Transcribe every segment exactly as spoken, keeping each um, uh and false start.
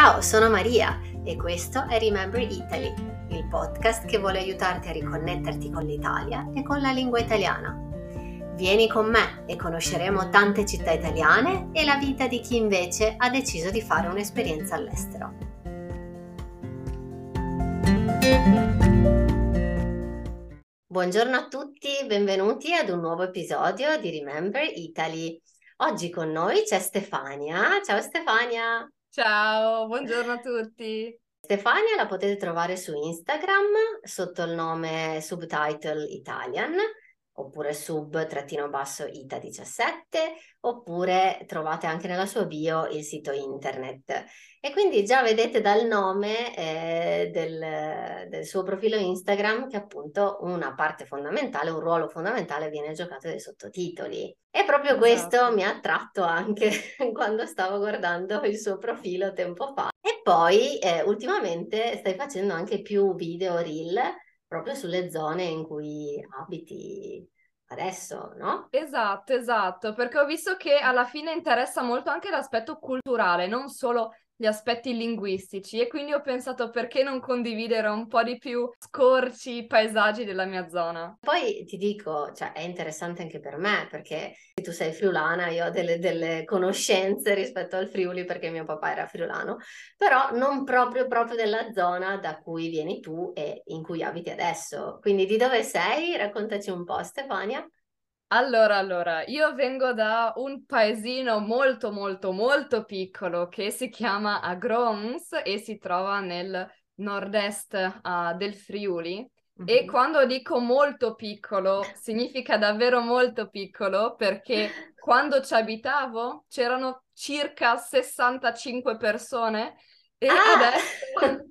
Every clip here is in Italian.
Ciao, sono Maria e questo è Remember Italy, il podcast che vuole aiutarti a riconnetterti con l'Italia e con la lingua italiana. Vieni con me e conosceremo tante città italiane e la vita di chi invece ha deciso di fare un'esperienza all'estero. Buongiorno a tutti, benvenuti ad un nuovo episodio di Remember Italy. Oggi con noi c'è Stefania. Ciao Stefania! Ciao, buongiorno a tutti. Stefania la potete trovare su Instagram sotto il nome Subtitle Italian oppure sub trattino basso ita diciassette, oppure trovate anche nella sua bio il sito internet. E quindi già vedete dal nome eh, del, del suo profilo Instagram che appunto una parte fondamentale, un ruolo fondamentale viene giocato dai sottotitoli. E proprio questo Esatto. mi ha attratto anche quando stavo guardando il suo profilo tempo fa. E poi eh, ultimamente stai facendo anche più video reel proprio sulle zone in cui abiti adesso, no? Esatto, esatto, perché ho visto che alla fine interessa molto anche l'aspetto culturale, non solo gli aspetti linguistici, e quindi ho pensato perché non condividere un po' di più scorci, paesaggi della mia zona. Poi ti dico, cioè è interessante anche per me perché tu sei friulana, io ho delle, delle conoscenze rispetto al Friuli perché mio papà era friulano, però non proprio proprio della zona da cui vieni tu e in cui abiti adesso. Quindi di dove sei? Raccontaci un po', Stefania. Allora, allora, io vengo da un paesino molto, molto, molto piccolo che si chiama Agrons e si trova nel nord-est, uh, del Friuli. E Mhm. quando dico molto piccolo, significa davvero molto piccolo perché quando ci abitavo c'erano circa sessantacinque persone e Ah! adesso,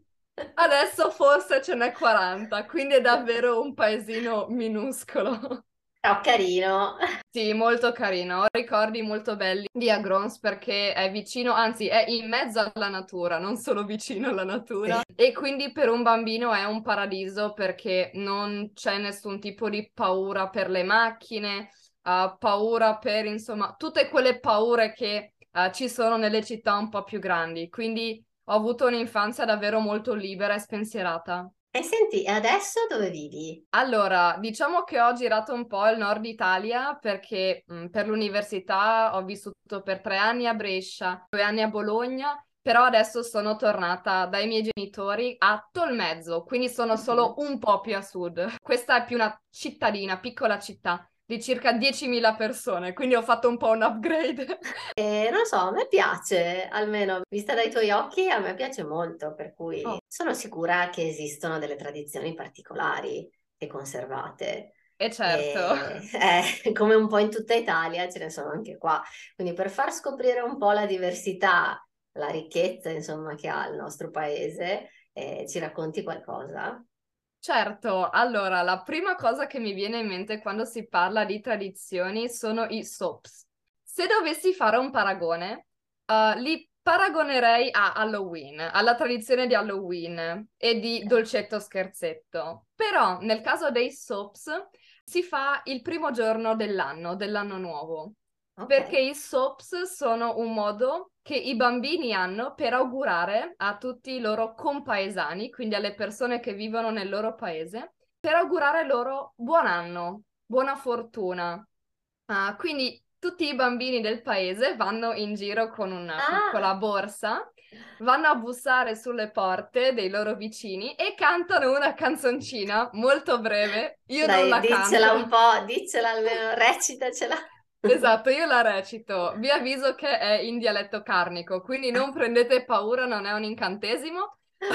adesso forse ce n'è quaranta, quindi è davvero un paesino minuscolo. Però carino. Sì, molto carino, ho ricordi molto belli di Agrons perché è vicino, anzi è in mezzo alla natura, non solo vicino alla natura, Sì. e quindi per un bambino è un paradiso perché non c'è nessun tipo di paura per le macchine, uh, paura per, insomma, tutte quelle paure che uh, ci sono nelle città un po' più grandi, quindi ho avuto un'infanzia davvero molto libera e spensierata. E senti, e adesso dove vivi? Allora, diciamo che ho girato un po' il nord Italia perché mh, per l'università ho vissuto per tre anni a Brescia, due anni a Bologna, però adesso sono tornata dai miei genitori a Tolmezzo, quindi sono solo Mhm. un po' più a sud. Questa è più una cittadina, piccola città di circa diecimila persone, quindi ho fatto un po' un upgrade. E non so, a me piace, almeno vista dai tuoi occhi, a me piace molto, per cui Oh, sono sicura che esistono delle tradizioni particolari e conservate. e certo. E, eh, come un po' in tutta Italia, ce ne sono anche qua. Quindi per far scoprire un po' la diversità, la ricchezza, insomma, che ha il nostro paese, eh, ci racconti qualcosa? Certo, allora la prima cosa che mi viene in mente quando si parla di tradizioni sono i soaps. Se dovessi fare un paragone, uh, li paragonerei a Halloween, alla tradizione di Halloween e di Ok. dolcetto scherzetto. Però nel caso dei soaps si fa il primo giorno dell'anno, dell'anno nuovo, Ok. perché i soaps sono un modo che i bambini hanno per augurare a tutti i loro compaesani, quindi alle persone che vivono nel loro paese, per augurare loro buon anno, buona fortuna. Ah, quindi tutti i bambini del paese vanno in giro con una Ah! piccola borsa, vanno a bussare sulle porte dei loro vicini e cantano una canzoncina molto breve. Io non Dai, la canto. diccela un po', diccela almeno, recitacela. Esatto, io la recito. Vi avviso che è in dialetto carnico, quindi non prendete paura, non è un incantesimo.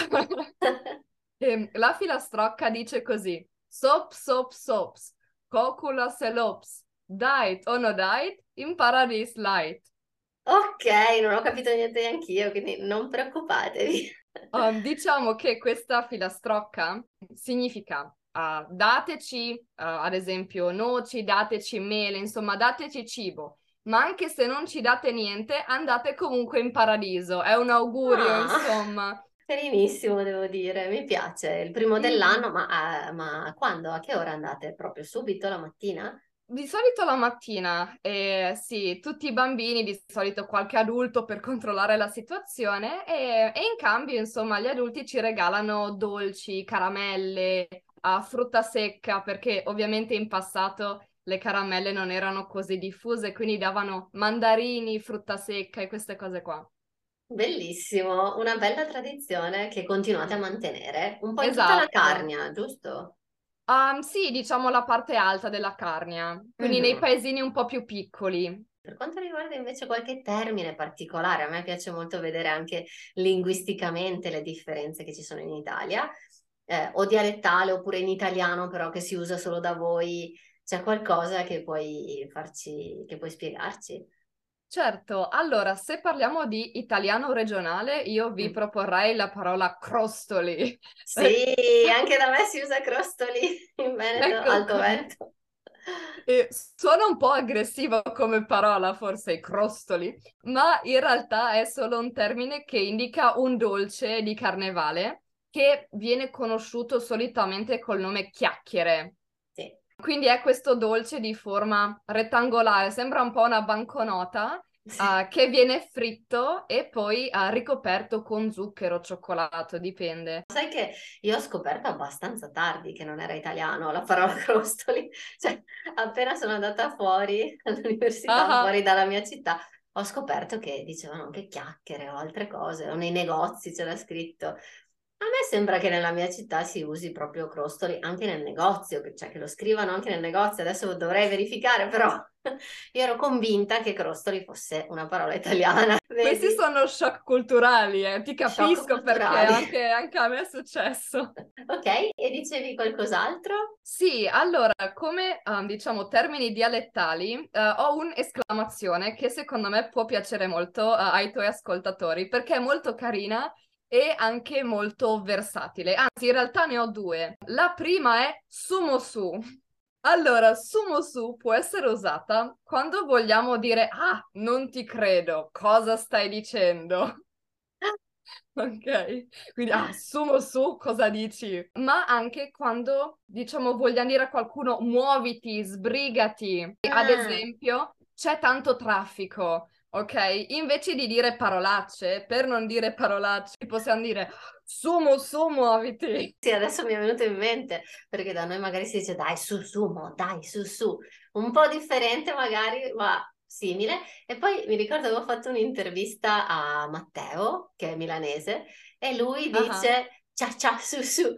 E la filastrocca dice così: Sop, sop, sops, cocula selops, dait o no dait, in paradis light. Ok, non ho capito niente neanch'io, quindi non preoccupatevi. Um, diciamo che questa filastrocca significa uh, dateci, uh, ad esempio, noci, dateci mele, insomma, dateci cibo, ma anche se non ci date niente, andate comunque in paradiso. È un augurio, Ah, insomma. carinissimo, devo dire, mi piace. Il primo Mhm. dell'anno, ma, eh, ma quando? A che ora andate? Proprio subito la mattina? Di solito la mattina, e sì, tutti i bambini, di solito qualche adulto per controllare la situazione e, e in cambio, insomma, gli adulti ci regalano dolci, caramelle, a frutta secca, perché ovviamente in passato le caramelle non erano così diffuse, quindi davano mandarini, frutta secca e queste cose qua. Bellissimo, una bella tradizione che continuate a Sì. mantenere, un po' in tutta la Esatto. Carnia, giusto? Um, sì, diciamo la parte alta della Carnia, quindi nei Mhm. paesini un po' più piccoli. Per quanto riguarda invece qualche termine particolare, a me piace molto vedere anche linguisticamente le differenze che ci sono in Italia, eh, o dialettale oppure in italiano, però che si usa solo da voi. C'è qualcosa che puoi farci, che puoi spiegarci? Certo, allora se parliamo di italiano regionale, io vi Mm. proporrei la parola crostoli. Sì, anche da me si usa crostoli in Veneto, Ecco Alto qua. Veneto. E suona un po' aggressivo come parola, forse, i crostoli, ma in realtà è solo un termine che indica un dolce di carnevale che viene conosciuto solitamente col nome chiacchiere. Sì. Quindi è questo dolce di forma rettangolare, sembra un po' una banconota, eh, che viene fritto e poi eh, ricoperto con zucchero o cioccolato, dipende. Sai che io ho scoperto abbastanza tardi che non era italiano la parola crostoli, cioè appena sono andata fuori all'università, Ah, fuori dalla mia città, ho scoperto che dicevano anche chiacchiere o altre cose, o nei negozi c'era scritto. A me sembra che nella mia città si usi proprio crostoli anche nel negozio, che- cioè che lo scrivano anche nel negozio, adesso dovrei verificare, però io ero convinta che crostoli fosse una parola italiana, questi vedi? sono shock culturali, eh. Ti Shock capisco perché culturali. anche, anche a me è successo. Ok, e dicevi qualcos'altro? Sì, allora, come ehm, diciamo termini dialettali, eh, ho un'esclamazione che secondo me può piacere molto eh, ai tuoi ascoltatori perché è molto carina e anche molto versatile. Anzi, in realtà ne ho due. La prima è sumo su. Allora, sumo su può essere usata quando vogliamo dire, ah, non ti credo, cosa stai dicendo? Ok, quindi ah, sumo su, cosa dici? Ma anche quando, diciamo, vogliamo dire a qualcuno muoviti, sbrigati. Ad Ah, esempio, c'è tanto traffico, ok? Invece di dire parolacce, per non dire parolacce, possiamo dire sumo su, muoviti. sì, adesso mi è venuto in mente, perché da noi magari si dice dai su su, mo, dai su su, un po' differente magari, ma simile. E poi mi ricordo che avevo fatto un'intervista a Matteo, che è milanese, e lui Ah. dice cia cia su su,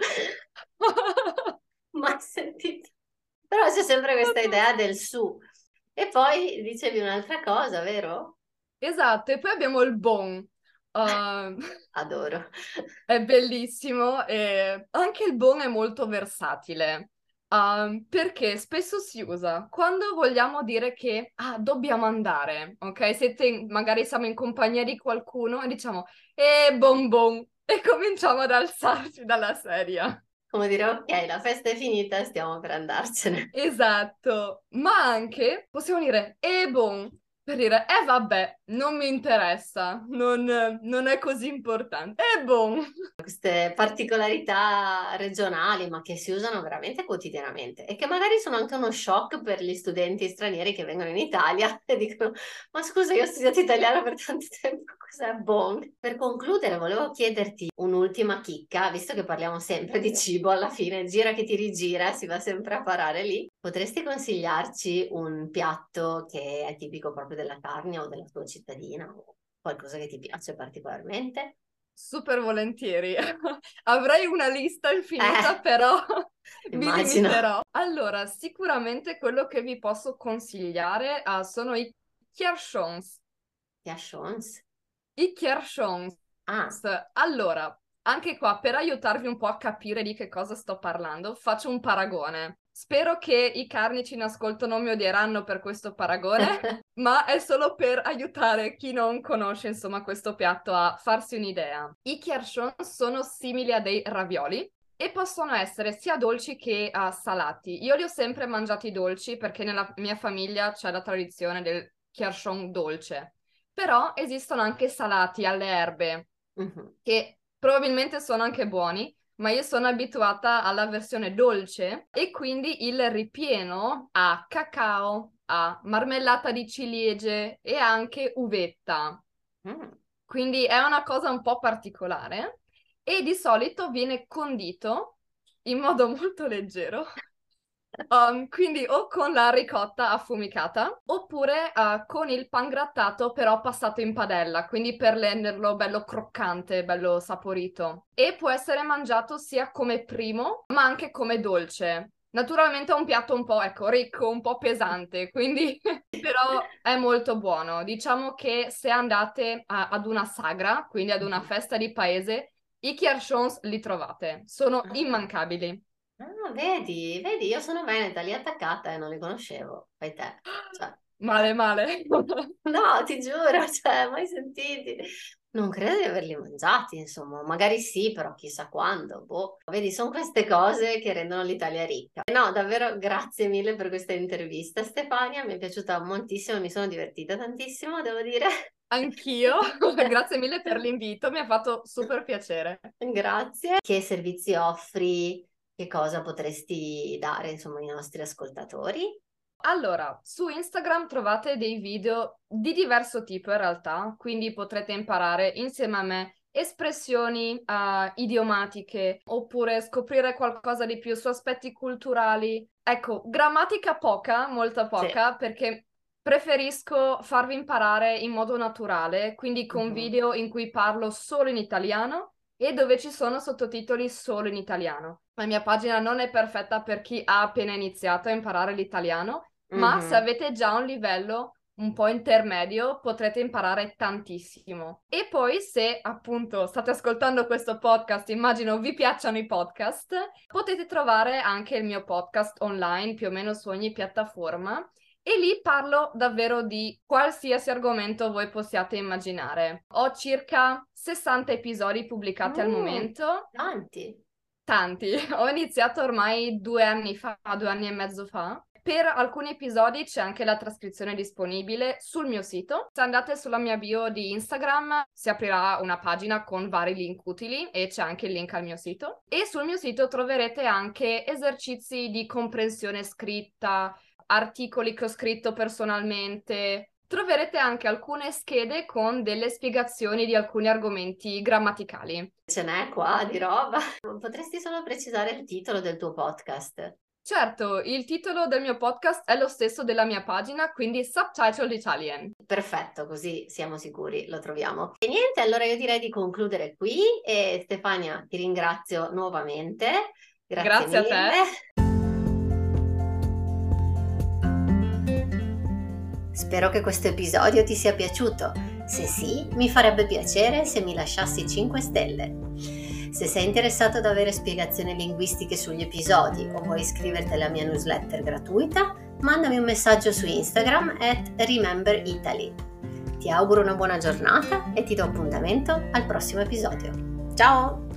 mai sentito. Però c'è sempre questa idea del su. E poi dicevi un'altra cosa, vero? Esatto, e poi abbiamo il bon. Uh, Adoro. È bellissimo e anche il bon è molto versatile, um, perché spesso si usa quando vogliamo dire che ah, dobbiamo andare, ok? Siete in- magari siamo in compagnia di qualcuno e diciamo eh bon bon e cominciamo ad alzarci dalla sedia. Come dire, ok, la festa è finita, stiamo per andarcene. Esatto, ma anche possiamo dire eh bon, per dire eh vabbè, non mi interessa, non, non è così importante, eh bon. Queste particolarità regionali, ma che si usano veramente quotidianamente e che magari sono anche uno shock per gli studenti stranieri che vengono in Italia e dicono: Ma scusa, io ho studiato italiano per tanto tempo, cos'è bon? Per concludere, volevo chiederti un'ultima chicca, visto che parliamo sempre di cibo, alla fine gira che ti rigira, si va sempre a parare lì. Potresti consigliarci un piatto che è tipico proprio della Carnia o della tua cittadina o qualcosa che ti piace particolarmente? Super volentieri. Avrei una lista infinita, Eh, però mi immagino. limiterò. Allora, sicuramente quello che vi posso consigliare ah, sono i chiarchons. Piacions? I chiarchons. Ah, Allora, anche qua, per aiutarvi un po' a capire di che cosa sto parlando, faccio un paragone. Spero che i carnici in ascolto non mi odieranno per questo paragone, ma è solo per aiutare chi non conosce, insomma, questo piatto a farsi un'idea. I chiarchon sono simili a dei ravioli e possono essere sia dolci che uh, salati. Io li ho sempre mangiati dolci perché nella mia famiglia c'è la tradizione del chiarchon dolce. Però esistono anche salati alle erbe mhm. che probabilmente sono anche buoni, ma io sono abituata alla versione dolce e quindi il ripieno ha cacao, ha marmellata di ciliegie e anche uvetta. Mm. Quindi è una cosa un po' particolare e di solito viene condito in modo molto leggero. Um, quindi o con la ricotta affumicata oppure uh, con il pangrattato però passato in padella, quindi per renderlo bello croccante, bello saporito. E può essere mangiato sia come primo ma anche come dolce. Naturalmente è un piatto un po', ecco, ricco, un po' pesante, quindi però è molto buono. Diciamo che se andate a- ad una sagra, quindi ad una festa di paese, i chiarchons li trovate, sono Ah. immancabili. Ah, vedi, vedi, io sono veneta, lì attaccata e non li conoscevo, fai te. Cioè, Male, male. no, ti giuro, cioè, mai sentiti. Non credo di averli mangiati, insomma, magari sì, però chissà quando. Boh. Vedi, sono queste cose che rendono l'Italia ricca. No, davvero grazie mille per questa intervista, Stefania, mi è piaciuta moltissimo, mi sono divertita tantissimo, devo dire. Anch'io, grazie mille per l'invito, mi ha fatto super piacere. Grazie. Che servizi offri? Che cosa potresti dare, insomma, ai nostri ascoltatori? Allora, su Instagram trovate dei video di diverso tipo in realtà, quindi potrete imparare insieme a me espressioni uh, idiomatiche oppure scoprire qualcosa di più su aspetti culturali. Ecco, grammatica poca, molta Sì. poca, perché preferisco farvi imparare in modo naturale, quindi con Mhm. video in cui parlo solo in italiano e dove ci sono sottotitoli solo in italiano. La mia pagina non è perfetta per chi ha appena iniziato a imparare l'italiano, ma se Mhm. avete già un livello un po' intermedio potrete imparare tantissimo. E poi se appunto state ascoltando questo podcast, immagino vi piacciono i podcast, potete trovare anche il mio podcast online più o meno su ogni piattaforma. E lì parlo davvero di qualsiasi argomento voi possiate immaginare. Ho circa sessanta episodi pubblicati al Mm, momento. tanti. Tanti, ho iniziato ormai due anni fa, due anni e mezzo fa. Per alcuni episodi c'è anche la trascrizione disponibile sul mio sito. Se andate sulla mia bio di Instagram si aprirà una pagina con vari link utili e c'è anche il link al mio sito. E sul mio sito troverete anche esercizi di comprensione scritta, articoli che ho scritto personalmente. Troverete anche alcune schede con delle spiegazioni di alcuni argomenti grammaticali. Ce n'è qua di roba. Potresti solo precisare il titolo del tuo podcast? Certo, il titolo del mio podcast è lo stesso della mia pagina, quindi Subtitled Italian. Perfetto, così siamo sicuri, lo troviamo. E niente, allora io direi di concludere qui e Stefania, ti ringrazio nuovamente. Grazie Grazie a mille. te. Spero che questo episodio ti sia piaciuto. Se sì, mi farebbe piacere se mi lasciassi cinque stelle. Se sei interessato ad avere spiegazioni linguistiche sugli episodi o vuoi iscriverti alla mia newsletter gratuita, mandami un messaggio su Instagram at remember italy. Ti auguro una buona giornata e ti do appuntamento al prossimo episodio. Ciao!